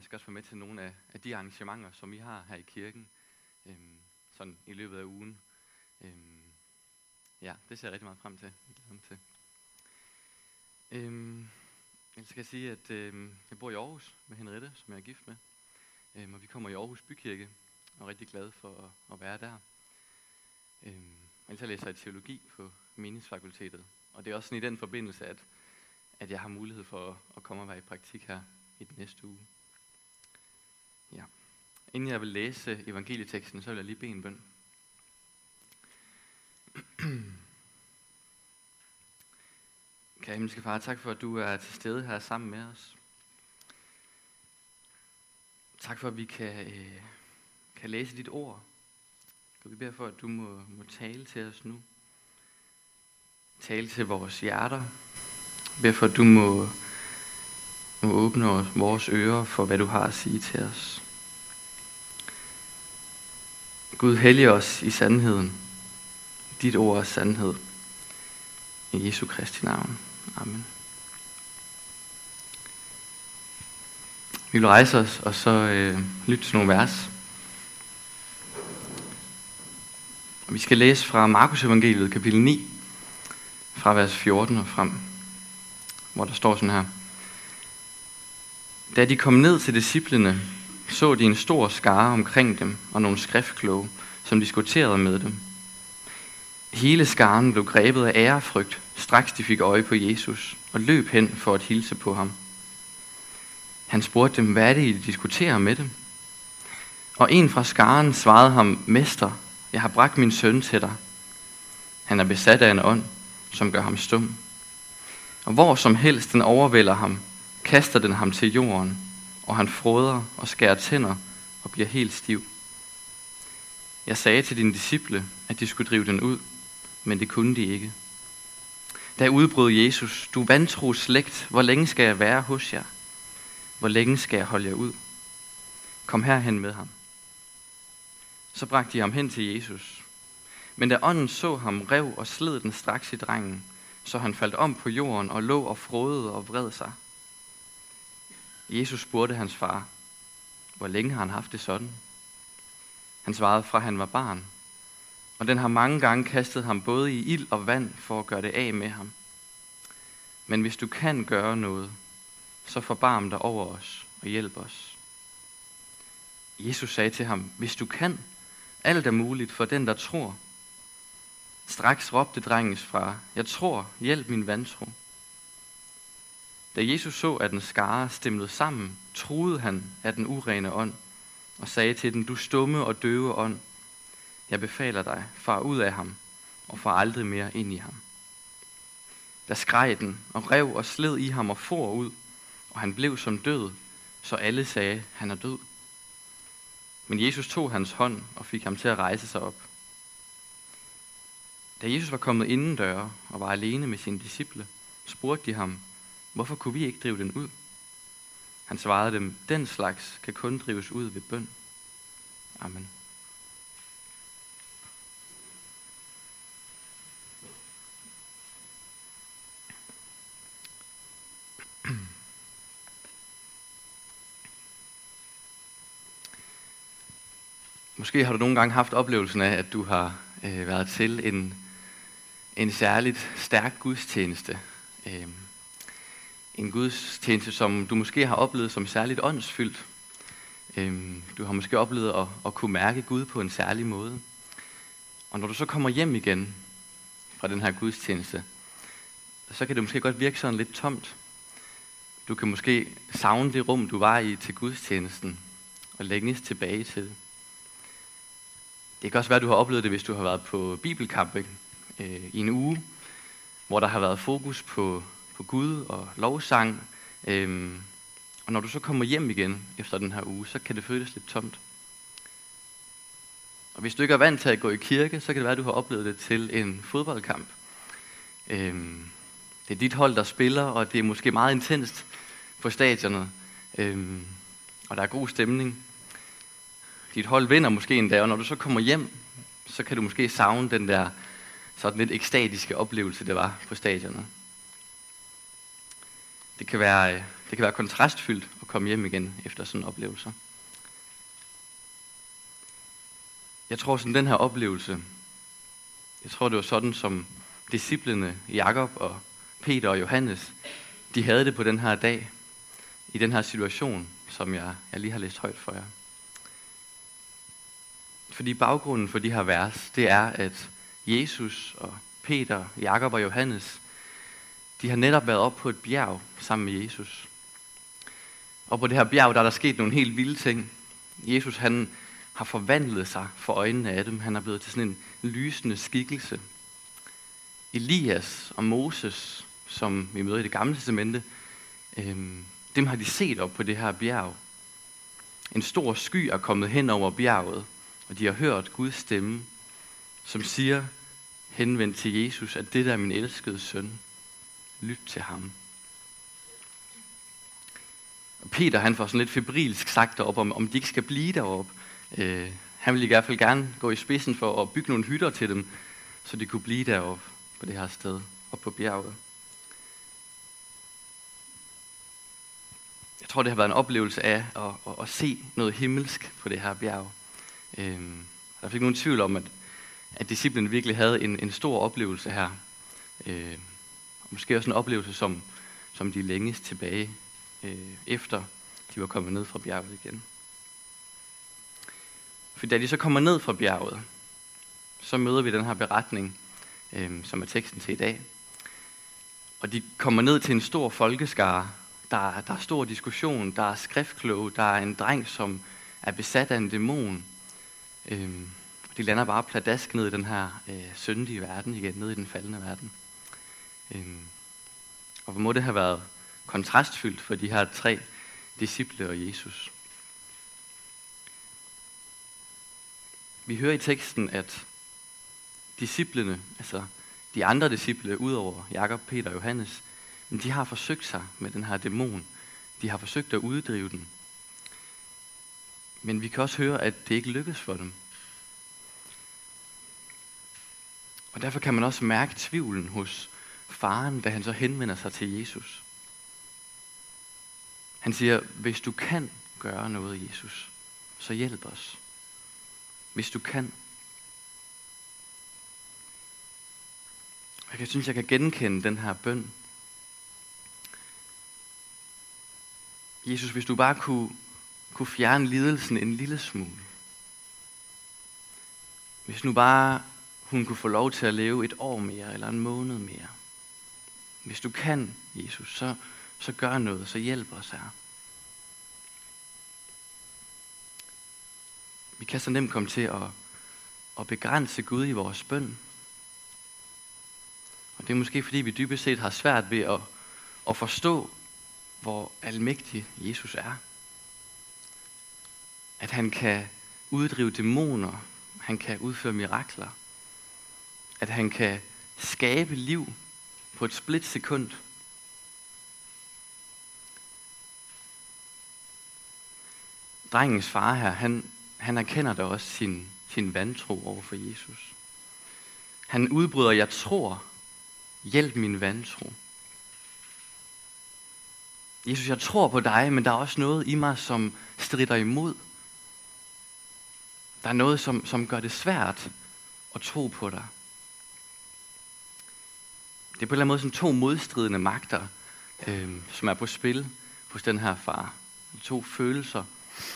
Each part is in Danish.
jeg skal også være med til nogle af de arrangementer, som I har her i kirken, sådan i løbet af ugen. Ja, det ser jeg rigtig meget frem til. Jeg skal sige, at jeg bor i Aarhus med Henriette, som jeg er gift med. Og vi kommer i Aarhus Bykirke, og er rigtig glad for at være der. Ellers læser jeg teologi på menighedsfakultetet. Og det er også sådan i den forbindelse, at jeg har mulighed for at komme og være i praktik her i den næste uge. Ja. Inden jeg vil læse evangelieteksten, så vil jeg lige bede en bøn. Kære himmelske Far, tak for, at du er til stede her sammen med os. Tak for, at vi kan læse dit ord. Og vi beder for, at du må tale til os nu. Tale til vores hjerter. Vi beder for, at du må åbne vores ører for, hvad du har at sige til os. Gud, hellige os i sandheden. Dit ord er sandhed. I Jesu Kristi navn. Amen. Vi vil rejse os og så lytte til nogle vers. Vi skal læse fra Markus evangeliet kapitel 9, fra vers 14 og frem, hvor der står sådan her. Da de kom ned til disciplene, så de en stor skare omkring dem og nogle skriftkloge, som diskuterede med dem. Hele skaren blev grebet af ærefrygt, straks de fik øje på Jesus, og løb hen for at hilse på ham. Han spurgte dem, hvad er det, I diskuterer med dem? Og en fra skaren svarede ham, Mester, jeg har bragt min søn til dig. Han er besat af en ånd, som gør ham stum. Og hvor som helst den overvælder ham, kaster den ham til jorden, og han fråder og skærer tænder og bliver helt stiv. Jeg sagde til dine disciple, at de skulle drive den ud, men det kunne de ikke. Da udbrød Jesus, du vantro slægt, hvor længe skal jeg være hos jer? Hvor længe skal jeg holde jer ud? Kom herhen med ham. Så bragte de ham hen til Jesus. Men da ånden så ham, rev og sled den straks i drengen, så han faldt om på jorden og lå og frådede og vred sig. Jesus spurgte hans far, hvor længe har han haft det sådan? Han svarede, fra han var barn, og den har mange gange kastet ham både i ild og vand for at gøre det af med ham. Men hvis du kan gøre noget, så forbarm dig over os og hjælp os. Jesus sagde til ham, hvis du kan, alt er muligt for den, der tror. Straks råbte drengens far, jeg tror, hjælp min vantro. Da Jesus så, at den skare stemlede sammen, truede han af den urene ånd, og sagde til den, du stumme og døve ånd, jeg befaler dig, far ud af ham, og far aldrig mere ind i ham. Der skreg den, og rev og sled i ham og for ud, og han blev som død, så alle sagde, han er død. Men Jesus tog hans hånd og fik ham til at rejse sig op. Da Jesus var kommet indendøre og var alene med sine disciple, spurgte de ham, hvorfor kunne vi ikke drive den ud? Han svarede dem, den slags kan kun drives ud ved bøn. Amen. Måske har du nogle gange haft oplevelsen af, at du har været til en særligt stærk gudstjeneste. En gudstjeneste, som du måske har oplevet som særligt åndsfyldt. Du har måske oplevet at kunne mærke Gud på en særlig måde. Og når du så kommer hjem igen fra den her gudstjeneste, så kan det måske godt virke sådan lidt tomt. Du kan måske savne det rum, du var i til gudstjenesten, og længes tilbage til det. Det kan også være, at du har oplevet det, hvis du har været på bibelcamping i en uge, hvor der har været fokus på Gud og lovsang. Og når du så kommer hjem igen efter den her uge, så kan det føles lidt tomt. Og hvis du ikke er vant til at gå i kirke, så kan det være, at du har oplevet det til en fodboldkamp. Det er dit hold, der spiller, og det er måske meget intenst på stadionet. Og der er god stemning. Dit hold vinder måske en dag, og når du så kommer hjem, så kan du måske savne den der sådan lidt ekstatiske oplevelse, det var på stadionet. Det Det kan være kontrastfyldt at komme hjem igen efter sådan en oplevelse. Jeg tror sådan den her oplevelse, jeg tror det var sådan som disciplene Jakob og Peter og Johannes, de havde det på den her dag, i den her situation, som jeg lige har læst højt for jer. Fordi baggrunden for de her vers, det er, at Jesus og Peter, Jakob og Johannes, de har netop været op på et bjerg sammen med Jesus. Og på det her bjerg, der er der sket nogle helt vilde ting. Jesus, han har forvandlet sig for øjnene af dem. Han er blevet til sådan en lysende skikkelse. Elias og Moses, som vi møder i Det Gamle Testamente, dem har de set op på det her bjerg. En stor sky er kommet hen over bjerget, og de har hørt Guds stemme, som siger, henvendt til Jesus, at det der er min elskede søn. Lyt til ham. Og Peter, han får sådan lidt febrilsk sagt derop, om de ikke skal blive deroppe. Han ville i hvert fald gerne gå i spidsen for at bygge nogle hytter til dem, så de kunne blive deroppe på det her sted, op på bjerget. Jeg tror, det har været en oplevelse af at se noget himmelsk på det her bjerg. Der fik nogen tvivl om, at disciplen virkelig havde en stor oplevelse her. Og måske også en oplevelse, som de længes tilbage, efter de var kommet ned fra bjerget igen. For da de så kommer ned fra bjerget, så møder vi den her beretning, som er teksten til i dag. Og de kommer ned til en stor folkeskare. Der er stor diskussion, der er skriftkloge, der er en dreng, som er besat af en dæmon. De lander bare pladask ned i den her syndige verden igen, ned i den faldende verden. Og hvor må det have været kontrastfyldt for de her 3 disciple og Jesus. Vi hører i teksten, at disciplene, altså de andre disciple, udover Jakob, Peter og Johannes, de har forsøgt sig med den her dæmon. De har forsøgt at uddrive den. Men vi kan også høre, at det ikke lykkes for dem. Og derfor kan man også mærke tvivlen hos faren, da han så henvender sig til Jesus. Han siger, hvis du kan gøre noget, Jesus, så hjælp os. Hvis du kan. Jeg synes, jeg kan genkende den her bøn. Jesus, hvis du bare kunne fjerne lidelsen en lille smule. Hvis nu bare hun kunne få lov til at leve 1 år mere, eller en måned mere. Hvis du kan, Jesus, så gør noget, så hjælp os her. Vi kan så nemt komme til at begrænse Gud i vores bøn. Og det er måske fordi, vi dybest set har svært ved at forstå, hvor almægtig Jesus er. At han kan uddrive dæmoner, han kan udføre mirakler, at han kan skabe liv på et splitsekund. Drengens far her, han erkender da også sin vantro over for Jesus. Han udbryder, jeg tror, hjælp min vantro. Jesus, jeg tror på dig, men der er også noget i mig, som stritter imod. Der er noget, som gør det svært at tro på dig. Det er på en eller anden måde sådan 2 modstridende magter, som er på spil hos den her far. 2 følelser.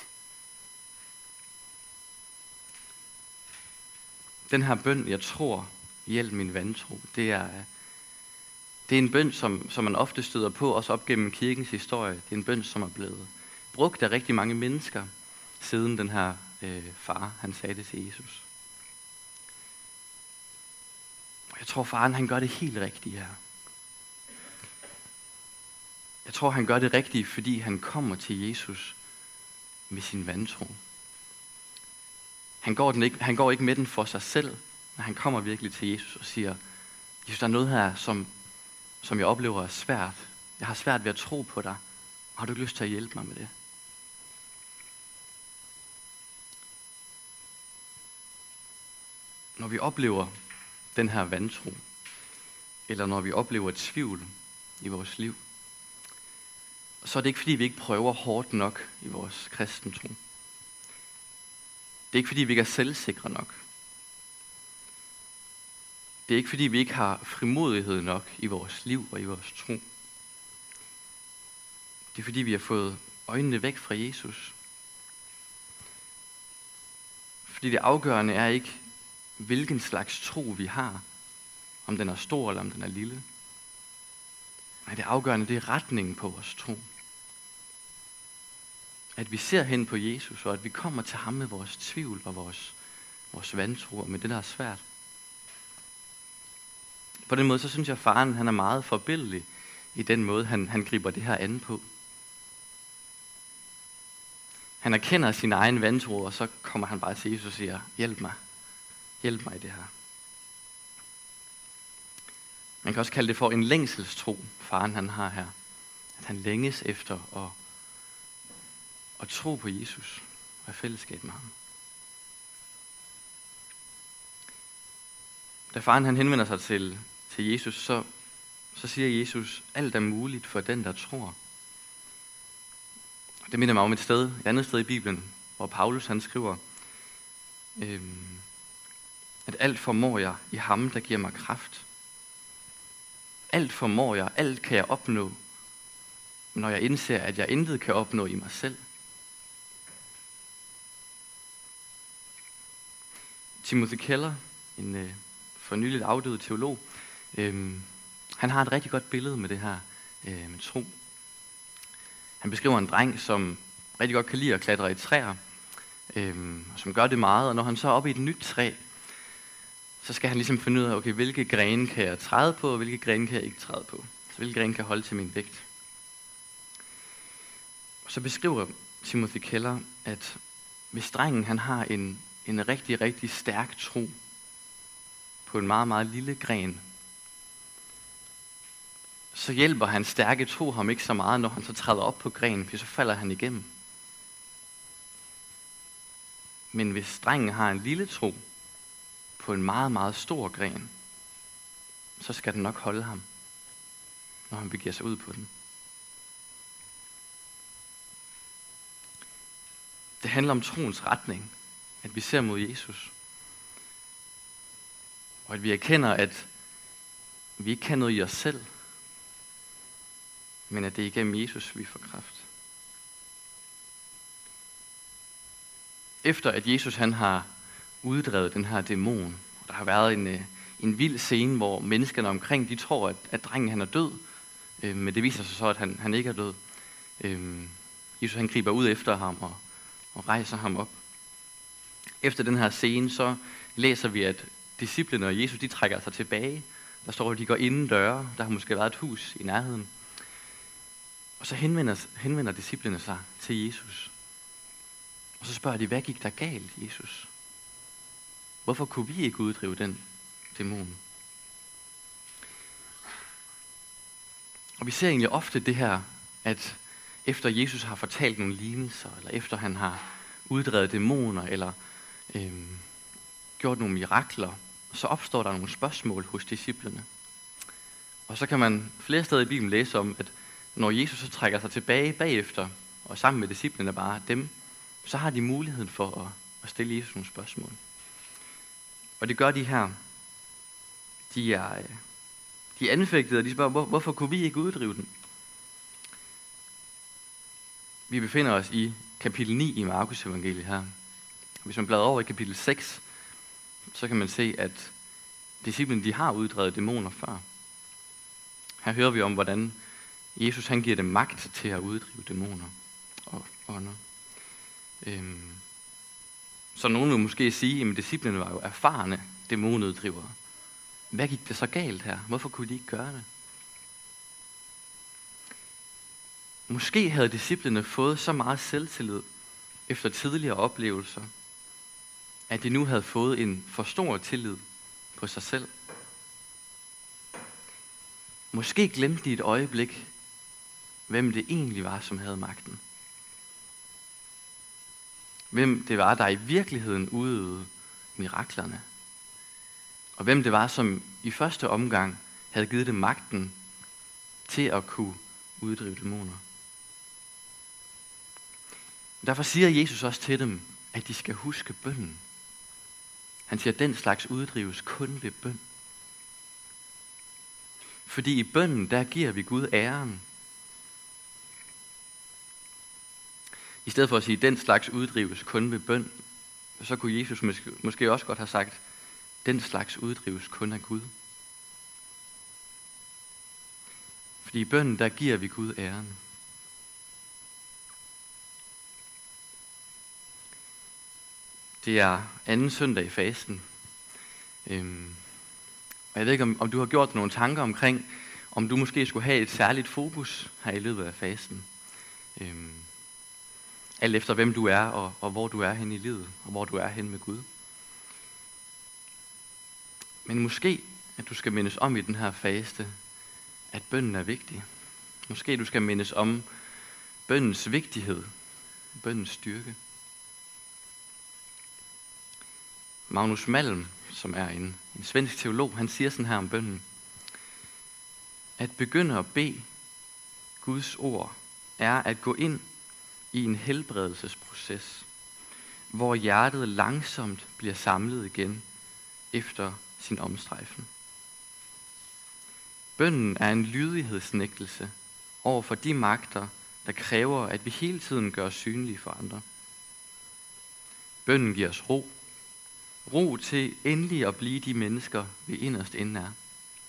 Den her bøn, jeg tror, hjælp min vantro, det er en bøn, som man ofte støder på, også op gennem kirkens historie. Det er en bøn, som er blevet brugt af rigtig mange mennesker, siden den her far, han sagde det til Jesus. Og jeg tror, faren, han gør det helt rigtigt her. Jeg tror, han gør det rigtigt, fordi han kommer til Jesus med sin vantro. Han går ikke med den for sig selv, men han kommer virkelig til Jesus og siger, Jesus, der er noget her, som jeg oplever er svært. Jeg har svært ved at tro på dig. Har du ikke lyst til at hjælpe mig med det? Når vi oplever den her vantro, eller når vi oplever tvivl i vores liv, så er det ikke fordi, vi ikke prøver hårdt nok i vores kristentro. Det er ikke fordi, vi ikke er selvsikre nok. Det er ikke fordi, vi ikke har frimodighed nok i vores liv og i vores tro. Det er fordi, vi har fået øjnene væk fra Jesus. Fordi det afgørende er ikke, hvilken slags tro vi har. Om den er stor eller om den er lille. Nej, det afgørende, det er retningen på vores tro. At vi ser hen på Jesus, og at vi kommer til ham med vores tvivl og vores vantro, og med det, der er svært. På den måde, så synes jeg, at faren han er meget forbilledlig i den måde, han griber det her an på. Han erkender sin egen vantro, og så kommer han bare til Jesus og siger, hjælp mig i det her. Man kan også kalde det for en længselstro, faren han har her. At han længes efter at tro på Jesus og have fællesskab med ham. Da faren han henvender sig til Jesus, så siger Jesus, alt er muligt for den, der tror. Det minder mig om et andet sted i Bibelen, hvor Paulus han skriver, at alt formår jeg i ham, der giver mig kraft. Alt formår jeg, alt kan jeg opnå, når jeg indser, at jeg intet kan opnå i mig selv. Timothy Keller, en for nyligt afdød teolog, han har et rigtig godt billede med det her med tro. Han beskriver en dreng, som rigtig godt kan lide at klatre i træer, som gør det meget, og når han så er oppe i et nyt træ, så skal han ligesom finde ud af, okay, hvilke grene kan jeg træde på, og hvilke grene kan jeg ikke træde på. Så hvilke grene kan jeg holde til min vægt. Og så beskriver Timothy Keller, at hvis drengen han har en rigtig, rigtig stærk tro på en meget, meget lille gren, så hjælper hans stærke tro ham ikke så meget, når han så træder op på grenen, for så falder han igennem. Men hvis drengen har en lille tro på en meget, meget stor gren, så skal den nok holde ham, når han begiver sig ud på den. Det handler om troens retning, at vi ser mod Jesus. Og at vi erkender, at vi ikke kan noget i os selv, men at det er igennem Jesus, vi får kraft. Efter at Jesus han har uddrevet den her dæmon, og der har været en vild scene, hvor menneskerne omkring, de tror, at drengen han er død, men det viser sig så, at han ikke er død. Jesus han griber ud efter ham og rejser ham op. Efter den her scene, så læser vi, at disciplene og Jesus, de trækker sig tilbage. Der står, at de går inden døre. Der har måske været et hus i nærheden. Og så henvender disciplene sig til Jesus. Og så spørger de, hvad gik der galt, Jesus? Hvorfor kunne vi ikke uddrive den dæmon? Og vi ser egentlig ofte det her, at efter Jesus har fortalt nogle lignelser, eller efter han har uddrevet dæmoner, eller gjort nogle mirakler, så opstår der nogle spørgsmål hos disciplene. Og så kan man flere steder i Bibelen læse om, at når Jesus så trækker sig tilbage bagefter, og sammen med disciplene bare dem, så har de muligheden for at stille Jesus nogle spørgsmål. Og det gør de her. De er anfægtede, og de spørger, hvorfor kunne vi ikke uddrive den? Vi befinder os i kapitel 9 i Markus evangeliet her. Hvis man bladrer over i kapitel 6, så kan man se, at disciplene de har uddrevet dæmoner før. Her hører vi om, hvordan Jesus han giver dem magt til at uddrive dæmoner og ånder. Så nogen vil måske sige, at disciplene var jo erfarne dæmonuddrivere. Hvad gik det så galt her? Hvorfor kunne de ikke gøre det? Måske havde disciplene fået så meget selvtillid efter tidligere oplevelser, at de nu havde fået en for stor tillid på sig selv. Måske glemte de et øjeblik, hvem det egentlig var, som havde magten. Hvem det var, der i virkeligheden udøvede miraklerne. Og hvem det var, som i første omgang havde givet dem magten til at kunne uddrive dæmoner. Derfor siger Jesus også til dem, at de skal huske bønnen. Han siger, at den slags uddrives kun ved bøn. Fordi i bønnen, der giver vi Gud æren. I stedet for at sige, at den slags uddrives kun ved bøn, så kunne Jesus måske også godt have sagt, den slags uddrives kun af Gud. Fordi i bønnen, der giver vi Gud æren. Det er anden søndag i fasten. Og jeg ved ikke, om du har gjort nogle tanker omkring, om du måske skulle have et særligt fokus her i løbet af fasten. Alt efter hvem du er, og hvor du er henne i livet, og hvor du er henne med Gud. Men måske, at du skal mindes om i den her faste, at bønnen er vigtig. Måske du skal mindes om bønnens vigtighed, bønnens styrke. Magnus Malm, som er en svensk teolog, han siger sådan her om bønnen. At begynde at bede Guds ord er at gå ind i en helbredelsesproces, hvor hjertet langsomt bliver samlet igen efter sin omstrejfen. Bønnen er en lydighedsnægtelse over for de magter, der kræver, at vi hele tiden gør os synlige for andre. Bønnen giver os ro. Ro til endelig at blive de mennesker, vi inderst inde er.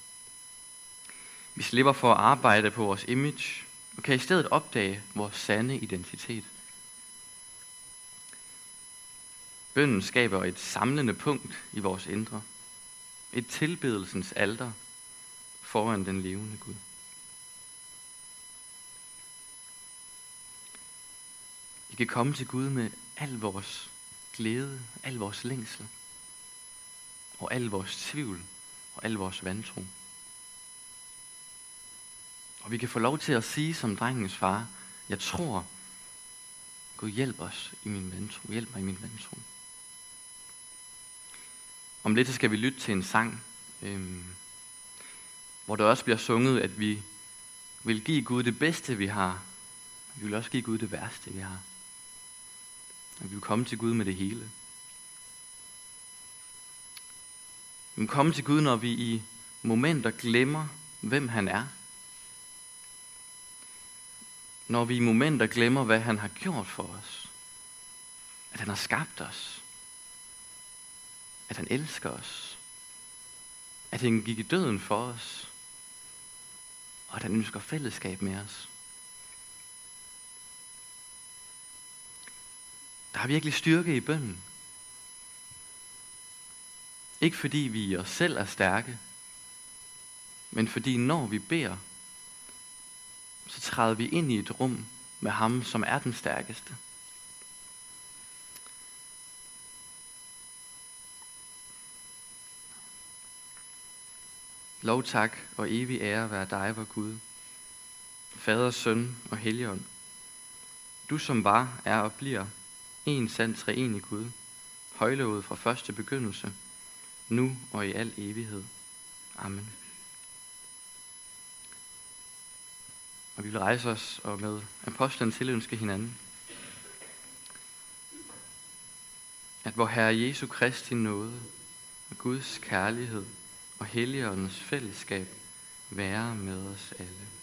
Vi slipper for at arbejde på vores image, og kan i stedet opdage vores sande identitet. Bønnen skaber et samlende punkt i vores indre. Et tilbedelsens alter foran den levende Gud. Vi kan komme til Gud med al vores glæde, al vores længsel, og al vores tvivl, og al vores vantro. Og vi kan få lov til at sige som drengens far, jeg tror, Gud hjælp os i min vantro, hjælp mig i min vantro. Om lidt skal vi lytte til en sang, hvor der også bliver sunget, at vi vil give Gud det bedste, vi har. Vi vil også give Gud det værste, vi har. Og vi vil komme til Gud med det hele. Vi vil komme til Gud, når vi i momenter glemmer, hvem han er. Når vi i momenter glemmer, hvad han har gjort for os. At han har skabt os. At han elsker os. At han gik i døden for os. Og at han ønsker fællesskab med os. Der er virkelig styrke i bønnen. Ikke fordi vi i os selv er stærke, men fordi når vi beder, så træder vi ind i et rum med ham, som er den stærkeste. Lov, tak og evig ære være dig, vor Gud, Fader, Søn og Helligånd. Du som var, er og bliver en sand treenig Gud, højlovet fra første begyndelse, nu og i al evighed. Amen. Og vi vil rejse os og med apostlen tilønske hinanden, at vor Herre Jesu Kristi nåde og Guds kærlighed og Helligåndens fællesskab være med os alle.